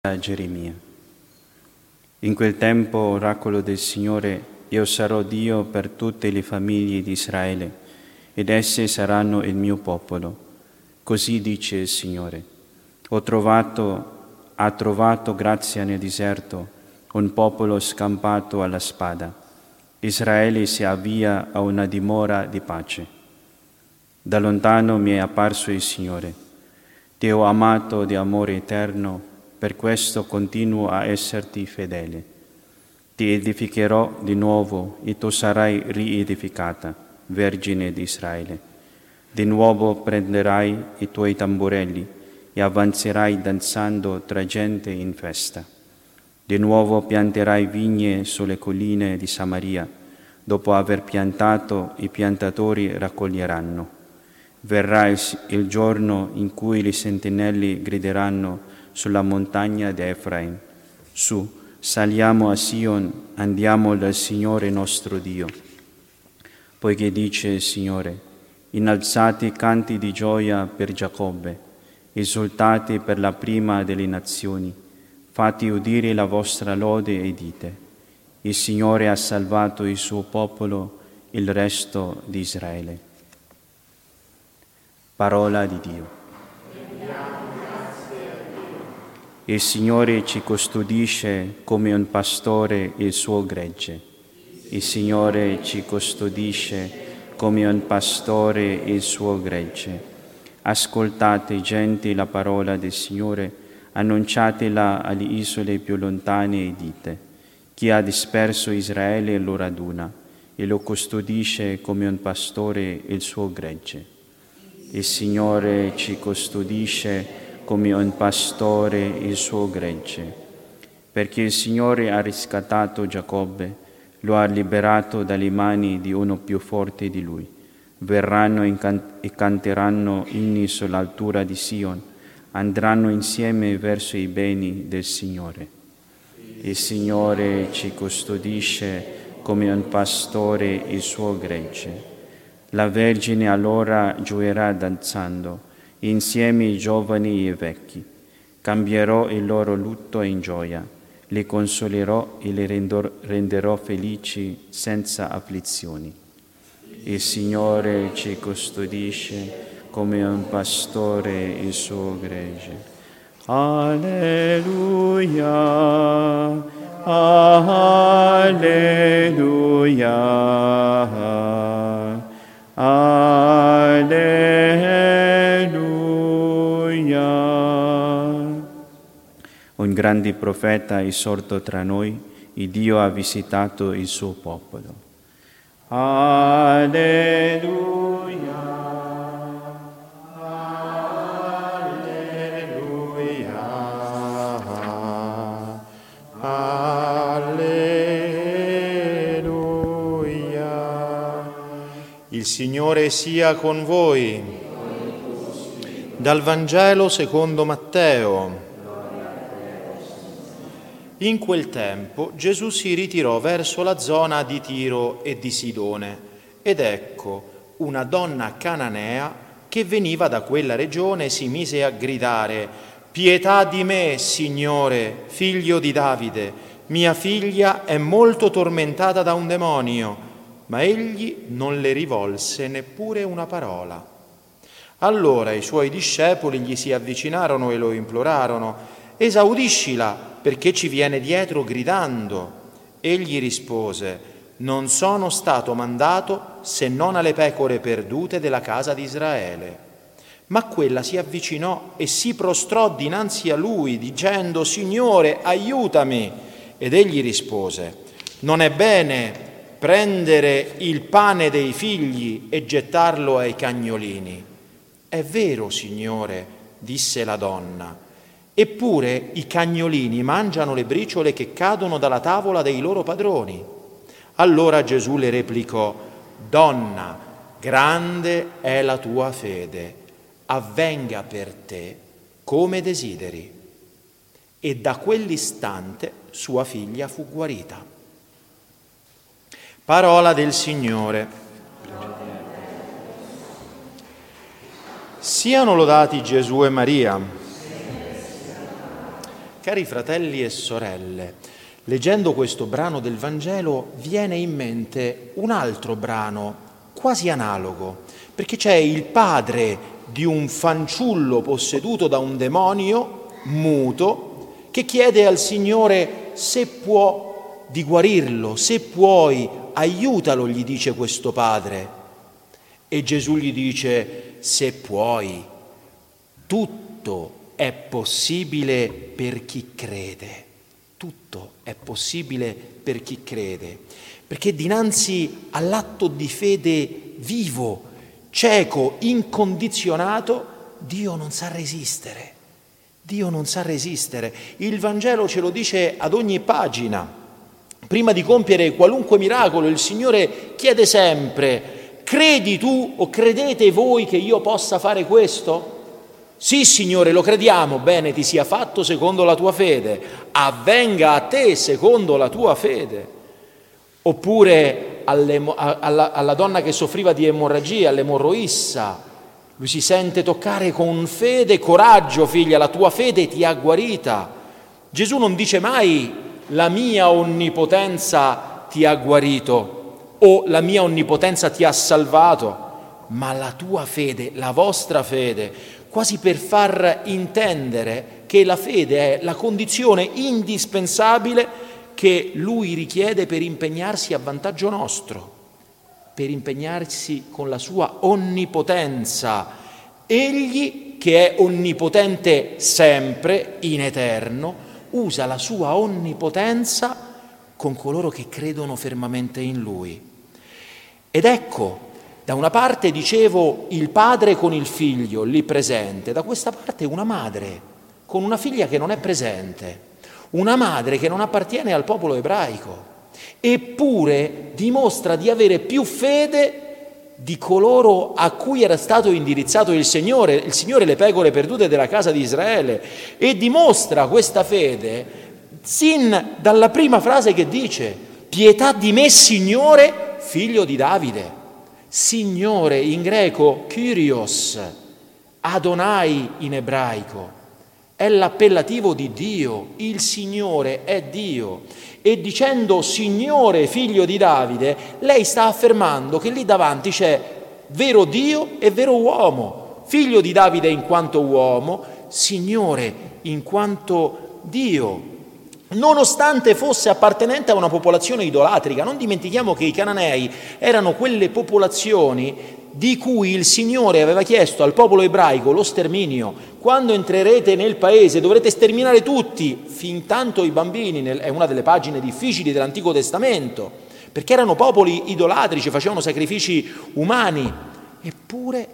Geremia. In quel tempo, oracolo del Signore, io sarò Dio per tutte le famiglie di Israele, ed esse saranno il mio popolo. Così dice il Signore. Ha trovato grazia nel deserto, un popolo scampato alla spada. Israele si avvia a una dimora di pace. Da lontano mi è apparso il Signore. Ti ho amato di amore eterno, per questo continuo a esserti fedele. Ti edificherò di nuovo e tu sarai riedificata, Vergine di Israele. Di nuovo prenderai i tuoi tamburelli e avanzerai danzando tra gente in festa. Di nuovo pianterai vigne sulle colline di Samaria. Dopo aver piantato, i piantatori raccoglieranno. Verrà il giorno in cui i sentinelli grideranno sulla montagna di Efraim: su, saliamo a Sion, andiamo dal Signore nostro Dio. Poiché dice il Signore: innalzate canti di gioia per Giacobbe, esultate per la prima delle nazioni, fate udire la vostra lode e dite: il Signore ha salvato il suo popolo, il resto di Israele. Parola di Dio. Il Signore ci custodisce come un pastore il suo gregge. Il Signore ci custodisce come un pastore il suo gregge. Ascoltate, genti, la parola del Signore, annunciatela alle isole più lontane e dite: chi ha disperso Israele lo raduna e lo custodisce come un pastore il suo gregge. Il Signore ci custodisce come un pastore il suo gregge, perché il Signore ha riscattato Giacobbe, lo ha liberato dalle mani di uno più forte di lui. Verranno e canteranno inni sull'altura di Sion, andranno insieme verso i beni del Signore. Il Signore ci custodisce come un pastore il suo gregge. La Vergine allora gioirà danzando, insieme i giovani e i vecchi. Cambierò il loro lutto in gioia, li consolerò e li renderò felici senza afflizioni. Il Signore ci custodisce come un pastore il suo gregge. Alleluia, alleluia, alleluia. Un grande profeta è sorto tra noi, e Dio ha visitato il suo popolo. Alleluia, alleluia, alleluia. Il Signore sia con voi. Dal Vangelo secondo Matteo. In quel tempo Gesù si ritirò verso la zona di Tiro e di Sidone, ed ecco, una donna cananea che veniva da quella regione si mise a gridare: «Pietà di me, Signore, figlio di Davide, mia figlia è molto tormentata da un demonio». Ma egli non le rivolse neppure una parola. Allora i suoi discepoli gli si avvicinarono e lo implorarono: «Esaudiscila, perché ci viene dietro gridando». Egli rispose: «Non sono stato mandato se non alle pecore perdute della casa di Israele». Ma quella si avvicinò e si prostrò dinanzi a lui, dicendo: «Signore, aiutami». Ed egli rispose: «Non è bene prendere il pane dei figli e gettarlo ai cagnolini». «È vero, Signore», disse la donna, «eppure i cagnolini mangiano le briciole che cadono dalla tavola dei loro padroni». Allora Gesù le replicò: «Donna, grande è la tua fede, avvenga per te come desideri». E da quell'istante sua figlia fu guarita. Parola del Signore. Siano lodati Gesù e Maria. Cari fratelli e sorelle, leggendo questo brano del Vangelo viene in mente un altro brano quasi analogo, perché c'è il padre di un fanciullo posseduto da un demonio muto che chiede al Signore se può di guarirlo, se puoi aiutalo, gli dice questo padre. E Gesù gli dice: se puoi, tutto è possibile per chi crede. Tutto è possibile per chi crede, perché dinanzi all'atto di fede vivo, cieco, incondizionato, Dio non sa resistere. Dio non sa resistere. Il Vangelo ce lo dice ad ogni pagina. Prima di compiere qualunque miracolo, il Signore chiede sempre: credi tu o credete voi che io possa fare questo? Sì, Signore, lo crediamo. Bene, ti sia fatto secondo la tua fede. Avvenga a te secondo la tua fede. Oppure alla donna che soffriva di emorragia, all'emorroissa, lui si sente toccare con fede: coraggio, figlia, la tua fede ti ha guarita. Gesù non dice mai: la mia onnipotenza ti ha guarito o la mia onnipotenza ti ha salvato, ma la tua fede, la vostra fede, quasi per far intendere che la fede è la condizione indispensabile che lui richiede per impegnarsi a vantaggio nostro, per impegnarsi con la sua onnipotenza. Egli, che è onnipotente sempre, in eterno, usa la sua onnipotenza con coloro che credono fermamente in lui. Ed ecco, da una parte, dicevo, il padre con il figlio lì presente, da questa parte una madre con una figlia che non è presente, una madre che non appartiene al popolo ebraico, eppure dimostra di avere più fede di coloro a cui era stato indirizzato il Signore, le pecore perdute della casa di Israele, e dimostra questa fede sin dalla prima frase che dice: pietà di me, Signore, figlio di Davide. Signore in greco, Kyrios, Adonai in ebraico, è l'appellativo di Dio, il Signore è Dio. E dicendo Signore figlio di Davide, lei sta affermando che lì davanti c'è vero Dio e vero uomo, figlio di Davide in quanto uomo, Signore in quanto Dio. Nonostante fosse appartenente a una popolazione idolatrica. Non dimentichiamo che i Cananei erano quelle popolazioni di cui il Signore aveva chiesto al popolo ebraico lo sterminio. Quando entrerete nel paese dovrete sterminare tutti, fin tanto i bambini. È una delle pagine difficili dell'Antico Testamento, perché erano popoli idolatrici, facevano sacrifici umani. Eppure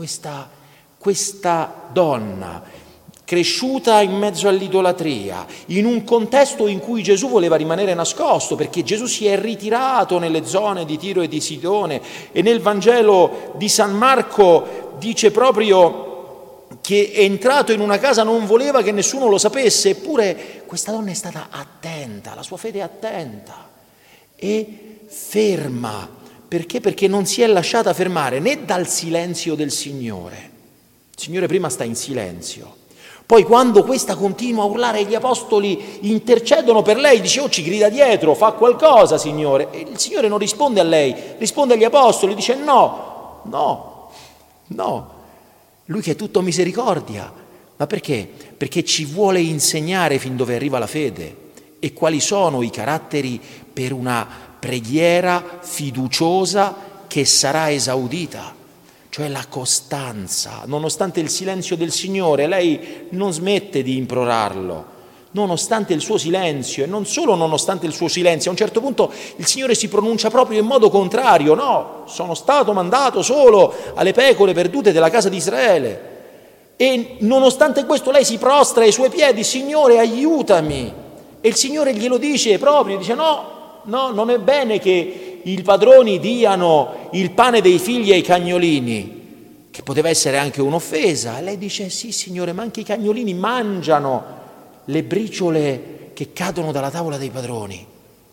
questa donna, cresciuta in mezzo all'idolatria, in un contesto in cui Gesù voleva rimanere nascosto, perché Gesù si è ritirato nelle zone di Tiro e di Sidone, e nel Vangelo di San Marco dice proprio che è entrato in una casa, non voleva che nessuno lo sapesse, eppure questa donna è stata attenta, la sua fede è attenta e ferma. Perché? Perché non si è lasciata fermare né dal silenzio del Signore. Il Signore prima sta in silenzio. Poi quando questa continua a urlare e gli apostoli intercedono per lei, dice: oh, ci grida dietro, fa qualcosa, Signore. E il Signore non risponde a lei, risponde agli apostoli, dice: no. Lui che è tutto misericordia. Ma perché? Perché ci vuole insegnare fin dove arriva la fede e quali sono i caratteri per una preghiera fiduciosa che sarà esaudita. Cioè la costanza, nonostante il silenzio del Signore, lei non smette di implorarlo, nonostante il suo silenzio, e non solo nonostante il suo silenzio, a un certo punto il Signore si pronuncia proprio in modo contrario: no, sono stato mandato solo alle pecore perdute della casa di Israele. E nonostante questo lei si prostra ai suoi piedi: Signore, aiutami. E il Signore glielo dice proprio, dice: no, non è bene che i padroni diano il pane dei figli ai cagnolini, che poteva essere anche un'offesa. E lei dice: sì, Signore, ma anche i cagnolini mangiano le briciole che cadono dalla tavola dei padroni.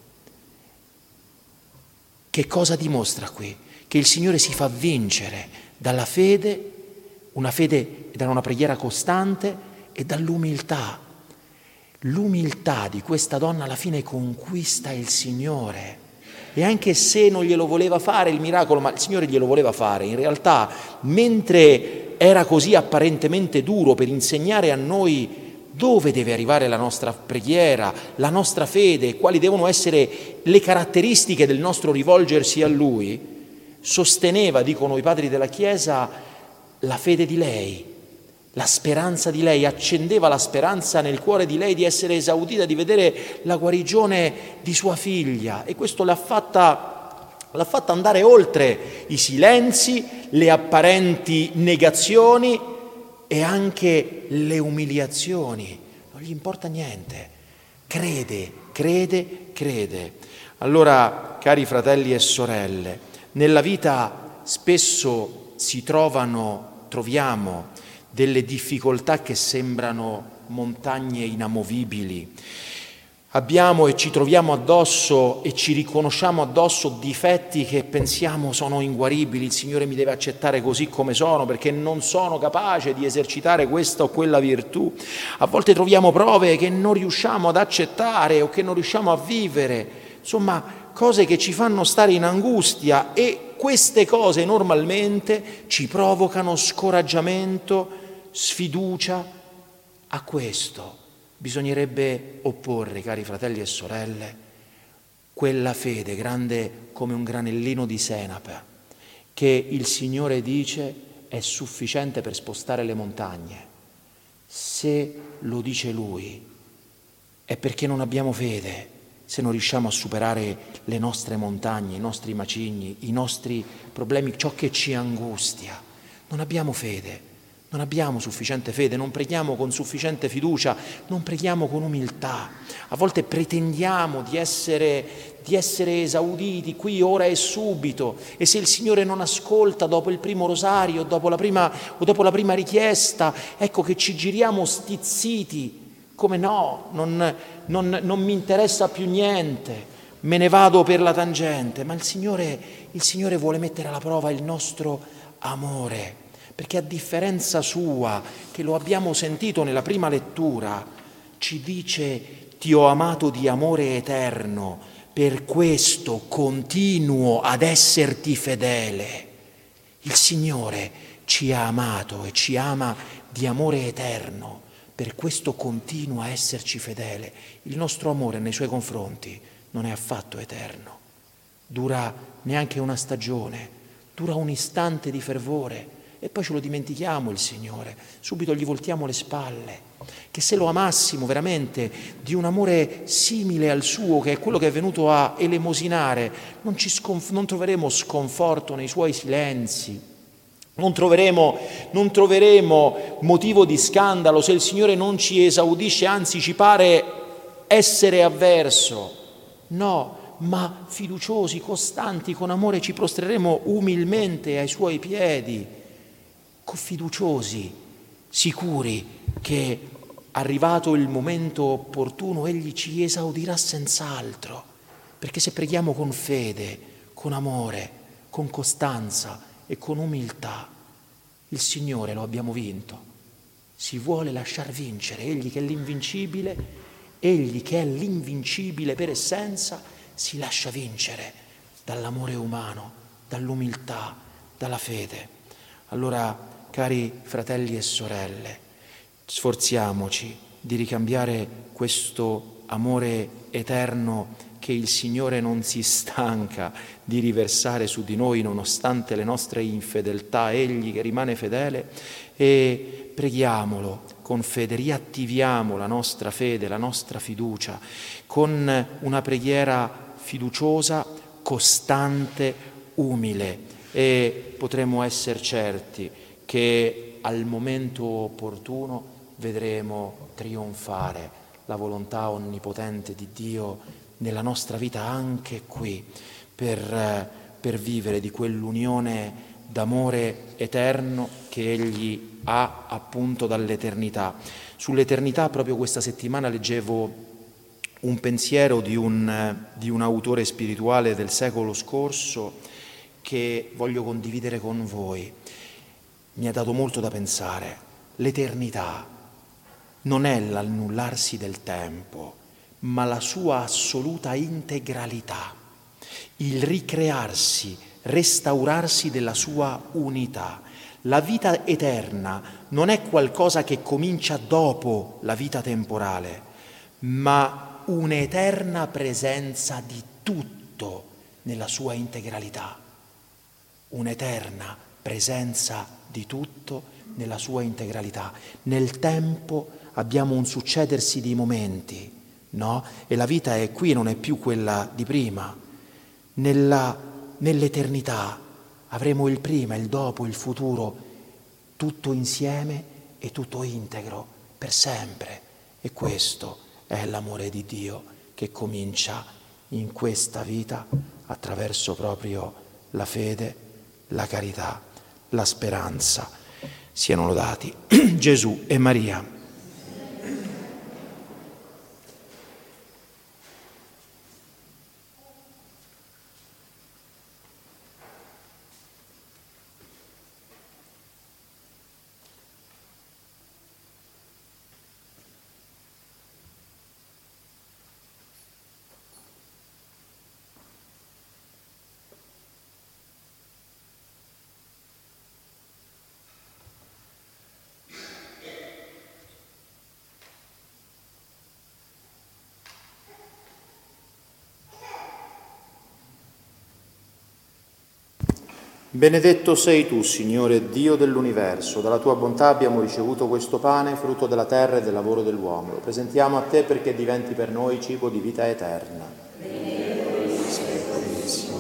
Che cosa dimostra qui? Che il Signore si fa vincere dalla fede, una fede da una preghiera costante, e dall'umiltà. L'umiltà di questa donna alla fine conquista il Signore. E anche se non glielo voleva fare il miracolo, ma il Signore glielo voleva fare, in realtà, mentre era così apparentemente duro per insegnare a noi dove deve arrivare la nostra preghiera, la nostra fede, quali devono essere le caratteristiche del nostro rivolgersi a Lui, sosteneva, dicono i padri della Chiesa, la fede di lei, la speranza di lei, accendeva la speranza nel cuore di lei di essere esaudita, di vedere la guarigione di sua figlia, e questo l'ha fatta andare oltre i silenzi, le apparenti negazioni e anche le umiliazioni. Non gli importa niente, crede. Allora, cari fratelli e sorelle, nella vita spesso troviamo delle difficoltà che sembrano montagne inamovibili. Abbiamo e ci troviamo addosso e ci riconosciamo addosso difetti che pensiamo sono inguaribili. Il Signore mi deve accettare così come sono perché non sono capace di esercitare questa o quella virtù. A volte troviamo prove che non riusciamo ad accettare o che non riusciamo a vivere. Insomma, cose che ci fanno stare in angustia, e queste cose normalmente ci provocano scoraggiamento, sfiducia. A questo bisognerebbe opporre, cari fratelli e sorelle, quella fede grande come un granellino di senape, che il Signore dice è sufficiente per spostare le montagne. Se lo dice Lui, è perché non abbiamo fede, se non riusciamo a superare le nostre montagne, i nostri macigni, i nostri problemi, ciò che ci angustia. Non abbiamo fede. Non abbiamo sufficiente fede, non preghiamo con sufficiente fiducia, non preghiamo con umiltà. A volte pretendiamo di essere esauditi qui, ora e subito, e se il Signore non ascolta dopo il primo rosario, dopo la prima richiesta, ecco che ci giriamo stizziti, come no, non mi interessa più niente, me ne vado per la tangente. Ma il Signore vuole mettere alla prova il nostro amore, perché a differenza sua, che lo abbiamo sentito nella prima lettura, ci dice: ti ho amato di amore eterno, per questo continuo ad esserti fedele. Il Signore ci ha amato e ci ama di amore eterno, per questo continua a esserci fedele. Il nostro amore nei Suoi confronti non è affatto eterno, dura neanche una stagione, dura un istante di fervore, e poi ce lo dimentichiamo il Signore, subito gli voltiamo le spalle. Che se lo amassimo veramente di un amore simile al suo, che è quello che è venuto a elemosinare, non troveremo sconforto nei Suoi silenzi, non troveremo motivo di scandalo se il Signore non ci esaudisce, anzi ci pare essere avverso. No, ma fiduciosi, costanti, con amore ci prostreremo umilmente ai Suoi piedi, fiduciosi, sicuri che arrivato il momento opportuno Egli ci esaudirà senz'altro, perché se preghiamo con fede, con amore, con costanza e con umiltà, il Signore lo abbiamo vinto. Si vuole lasciar vincere, Egli che è l'invincibile per essenza, si lascia vincere dall'amore umano, dall'umiltà, dalla fede. Allora, cari fratelli e sorelle, sforziamoci di ricambiare questo amore eterno che il Signore non si stanca di riversare su di noi nonostante le nostre infedeltà, Egli che rimane fedele, e preghiamolo con fede, riattiviamo la nostra fede, la nostra fiducia, con una preghiera fiduciosa, costante, umile, e potremo essere certi che al momento opportuno vedremo trionfare la volontà onnipotente di Dio nella nostra vita, anche qui, per vivere di quell'unione d'amore eterno che Egli ha appunto dall'eternità. Sull'eternità proprio questa settimana leggevo un pensiero di un autore spirituale del secolo scorso che voglio condividere con voi. Mi ha dato molto da pensare. L'eternità non è l'annullarsi del tempo, ma la sua assoluta integralità, il ricrearsi, restaurarsi della sua unità. La vita eterna non è qualcosa che comincia dopo la vita temporale, ma un'eterna presenza di tutto nella sua integralità. Un'eterna presenza di tutto nella sua integralità. Nel tempo abbiamo un succedersi di momenti, no? E la vita è qui, non è più quella di prima. Nell'eternità avremo il prima, il dopo, il futuro, tutto insieme e tutto integro, per sempre. E questo è l'amore di Dio che comincia in questa vita attraverso proprio la fede, la carità, la speranza. Siano lodati Gesù e Maria. Benedetto sei tu, Signore, Dio dell'universo. Dalla tua bontà abbiamo ricevuto questo pane, frutto della terra e del lavoro dell'uomo. Lo presentiamo a te perché diventi per noi cibo di vita eterna. Benedetto sei tu, Signore.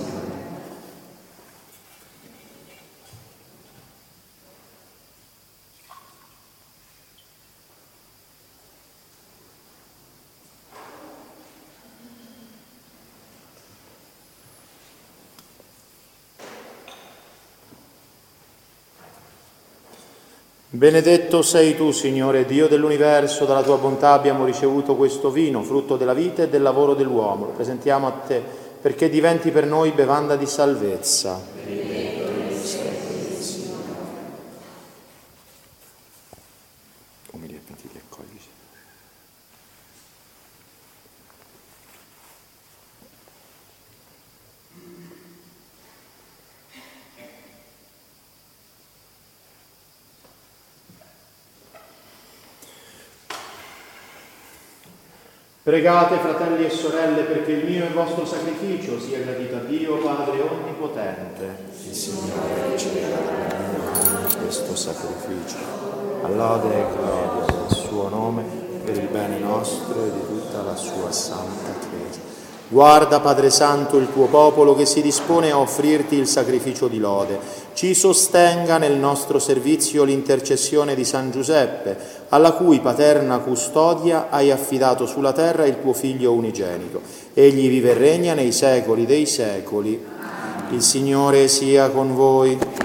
Benedetto sei tu, Signore, Dio dell'universo, dalla tua bontà abbiamo ricevuto questo vino, frutto della vita e del lavoro dell'uomo. Lo presentiamo a te perché diventi per noi bevanda di salvezza. Benedetto sei tu, Signore. Umili e pentiti, accoglisi. Pregate, fratelli e sorelle, perché il mio e il vostro sacrificio sia gradito a Dio, Padre Onnipotente. Il Signore riceverà questo sacrificio, all'ode e gloria del suo nome, per il bene nostro e di tutta la sua santa Chiesa. Guarda, Padre Santo, il tuo popolo che si dispone a offrirti il sacrificio di lode. Ci sostenga nel nostro servizio l'intercessione di San Giuseppe, alla cui paterna custodia hai affidato sulla terra il tuo Figlio unigenito. Egli vive e regna nei secoli dei secoli. Il Signore sia con voi.